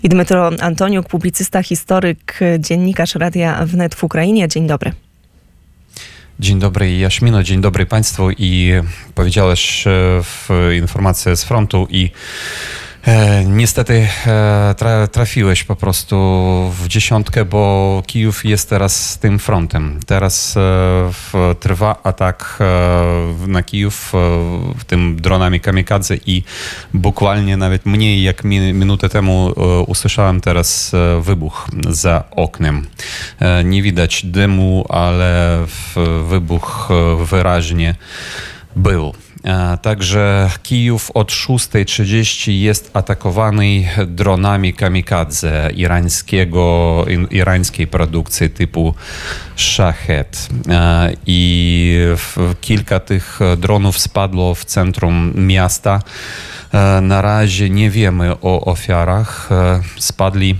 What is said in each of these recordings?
I Dmytro Antoniuk, publicysta, historyk, dziennikarz Radia Wnet w Ukrainie. Dzień dobry. Dzień dobry Jaśmino, dzień dobry Państwu i powiedziałeś informację z frontu i niestety trafiłeś po prostu w dziesiątkę, bo Kijów jest teraz tym frontem. Teraz trwa atak na Kijów tym dronami kamikadze i bukvalnie nawet mniej jak minutę temu usłyszałem teraz wybuch za oknem. Nie widać dymu, ale wybuch wyraźnie był. Także Kijów od 6:30 jest atakowany dronami kamikadze irańskiej produkcji typu Shahed. I kilka tych dronów spadło w centrum miasta. Na razie nie wiemy o ofiarach. Spadli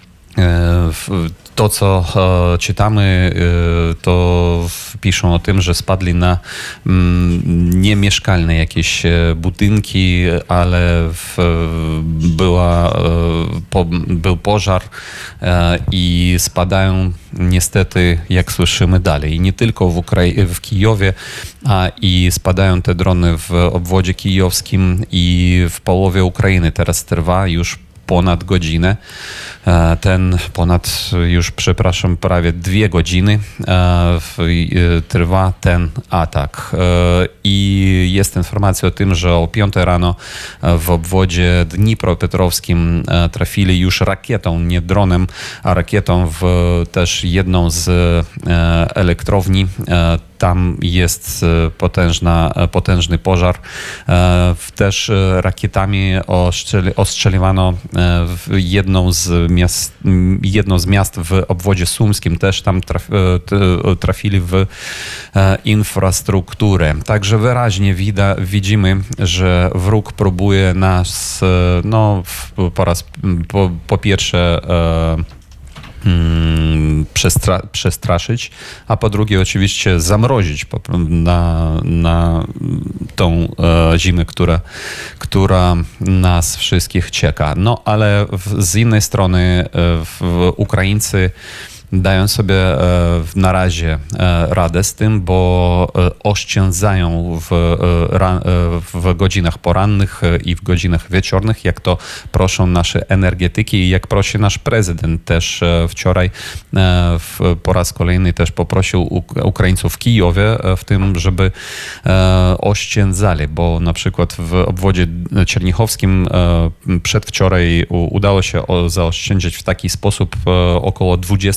to, co czytamy, to piszą o tym, że spadli na niemieszkalne jakieś budynki, ale był pożar i spadają niestety, jak słyszymy dalej, nie tylko w Kijowie, a i spadają te drony w obwodzie kijowskim i w połowie Ukrainy. Teraz trwa już ponad godzinę. Prawie 2 godziny trwa ten atak. I jest informacja o tym, że o 5 rano w obwodzie Dnipropetrowskim trafili już rakietą, nie dronem, a rakietą w też jedną z elektrowni. Tam jest potężny pożar. Też rakietami ostrzeliwano jedno z miast w obwodzie sumskim. Też tam trafili w infrastrukturę. Także wyraźnie widzimy, że wróg próbuje nas po pierwsze przestraszyć, a po drugie oczywiście zamrozić na tą zimę, która nas wszystkich czeka. No ale z innej strony Ukraińcy dają sobie na razie radę z tym, bo oszczędzają w godzinach porannych i w godzinach wieczornych, jak to proszą nasze energetyki i jak prosi nasz prezydent. Też wczoraj po raz kolejny też poprosił Ukraińców w Kijowie w tym, żeby oszczędzali, bo na przykład w obwodzie czernichowskim przedwczoraj udało się zaoszczędzić w taki sposób około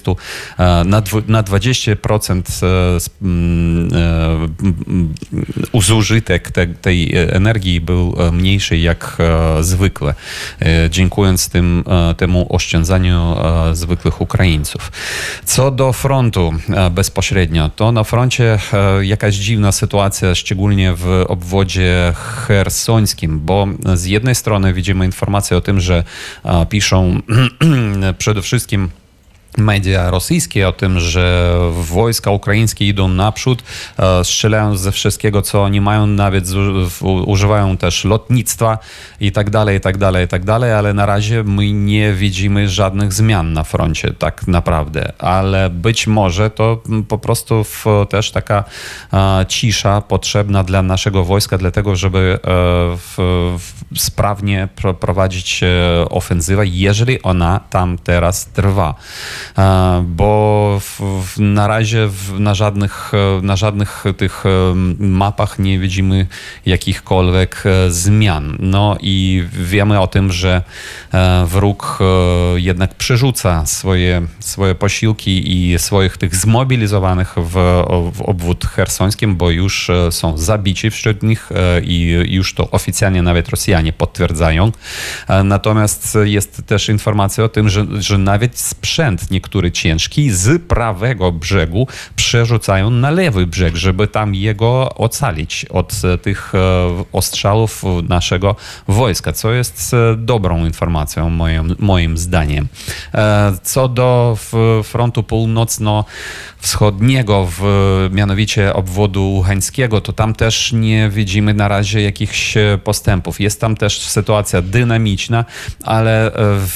20% zużytek tej energii był mniejszy jak zwykle, dziękując temu oszczędzaniu zwykłych Ukraińców. Co do frontu bezpośrednio, to na froncie jakaś dziwna sytuacja, szczególnie w obwodzie chersońskim, bo z jednej strony widzimy informację o tym, że piszą przede wszystkim media rosyjskie o tym, że wojska ukraińskie idą naprzód, strzelają ze wszystkiego, co oni mają, nawet używają też lotnictwa i tak dalej, ale na razie my nie widzimy żadnych zmian na froncie tak naprawdę, ale być może to po prostu też taka cisza potrzebna dla naszego wojska, dlatego żeby sprawnie prowadzić ofensywę, jeżeli ona tam teraz trwa. Bo na razie na żadnych tych mapach nie widzimy jakichkolwiek zmian. No i wiemy o tym, że wróg jednak przerzuca swoje posiłki i swoich tych zmobilizowanych w obwód chersońskim, bo już są zabici wśród nich i już to oficjalnie nawet Rosjanie potwierdzają. Natomiast jest też informacja o tym, że nawet sprzęt niektóry ciężki, z prawego brzegu przerzucają na lewy brzeg, żeby tam jego ocalić od tych ostrzałów naszego wojska, co jest dobrą informacją moim zdaniem. Co do frontu północno-wschodniego, mianowicie obwodu ługańskiego, to tam też nie widzimy na razie jakichś postępów. Jest tam też sytuacja dynamiczna, ale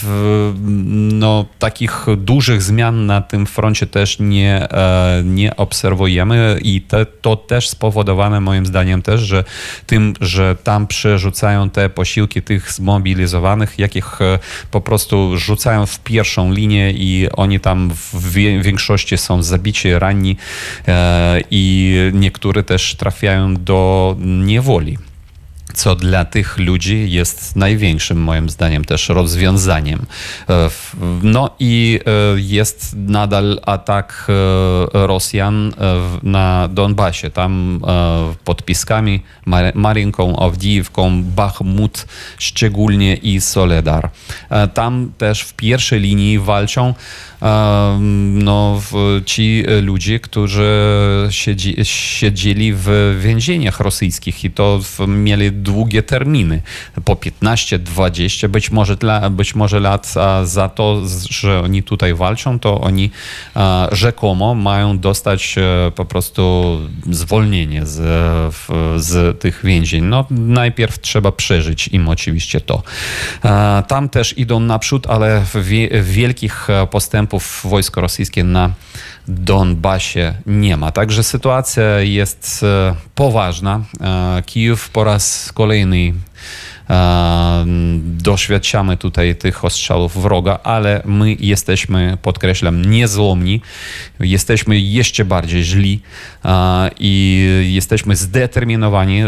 takich dużych zmian na tym froncie też nie obserwujemy i to też spowodowane moim zdaniem też, że tym, że tam przerzucają te posiłki tych zmobilizowanych, jakich po prostu rzucają w pierwszą linię i oni tam w większości są zabici, ranni i niektórzy też trafiają do niewoli, co dla tych ludzi jest największym, moim zdaniem, też rozwiązaniem. No i jest nadal atak Rosjan na Donbasie. Tam pod Piskami, Marynką, Awdijivką, Bachmut szczególnie i Soledar. Tam też w pierwszej linii walczą ci ludzie, którzy siedzieli w więzieniach rosyjskich i to mieli długie terminy, po 15-20 być może lat, a za to, że oni tutaj walczą, to oni rzekomo mają dostać po prostu zwolnienie z tych więzień. No, najpierw trzeba przeżyć im oczywiście to. Tam też idą naprzód, ale wielkich postępów wojsko rosyjskie na Donbasie nie ma. Także sytuacja jest poważna. Kijów po raz kolejny doświadczamy tutaj tych ostrzałów wroga, ale my jesteśmy, podkreślam, niezłomni. Jesteśmy jeszcze bardziej źli i jesteśmy zdeterminowani,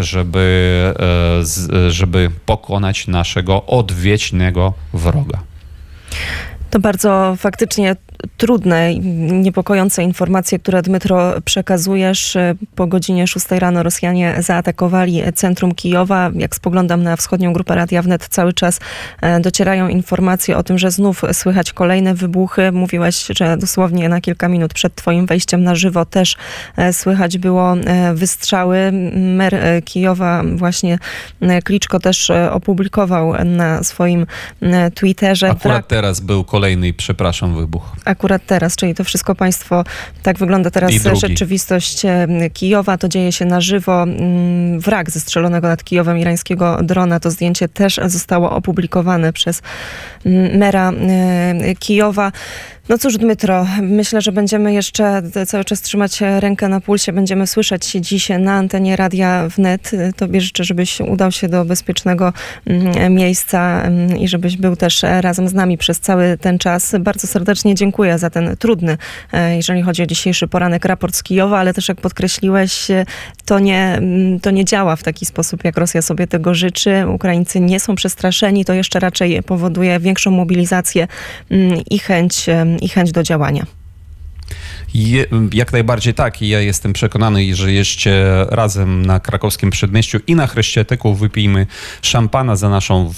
żeby pokonać naszego odwiecznego wroga. To bardzo faktycznie trudne i niepokojące informacje, które, Dmytro, przekazujesz. Po godzinie 6 rano Rosjanie zaatakowali centrum Kijowa. Jak spoglądam na wschodnią grupę Radia Wnet, cały czas docierają informacje o tym, że znów słychać kolejne wybuchy. Mówiłeś, że dosłownie na kilka minut przed twoim wejściem na żywo też słychać było wystrzały. Mer Kijowa, właśnie Kliczko, też opublikował na swoim Twitterze. Akurat teraz był kolejny, wybuch. Akurat teraz, czyli to wszystko państwo, tak wygląda teraz rzeczywistość Kijowa, to dzieje się na żywo. Wrak zestrzelonego nad Kijowem irańskiego drona, to zdjęcie też zostało opublikowane przez mera Kijowa. No cóż, Dmytro, myślę, że będziemy jeszcze cały czas trzymać rękę na pulsie, będziemy słyszeć się dziś na antenie Radia Wnet. Tobie życzę, żebyś udał się do bezpiecznego miejsca i żebyś był też razem z nami przez cały ten czas. Bardzo serdecznie dziękuję za ten trudny, jeżeli chodzi o dzisiejszy poranek, raport z Kijowa, ale też jak podkreśliłeś, to nie działa w taki sposób, jak Rosja sobie tego życzy. Ukraińcy nie są przestraszeni, to jeszcze raczej powoduje większą mobilizację i chęć do działania. Jak najbardziej tak. I ja jestem przekonany, że jeszcze razem na krakowskim przedmieściu i na Chrzcietyku wypijmy szampana za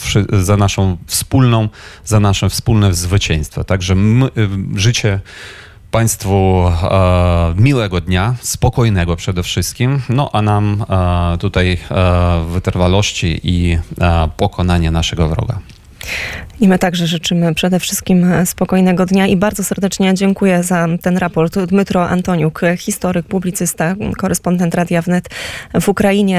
nasze wspólne zwycięstwo. Także życzę Państwu miłego dnia, spokojnego przede wszystkim, no a nam tutaj wytrwałości i pokonania naszego wroga. I my także życzymy przede wszystkim spokojnego dnia i bardzo serdecznie dziękuję za ten raport. Dmytro Antoniuk, historyk, publicysta, korespondent Radia Wnet w Ukrainie.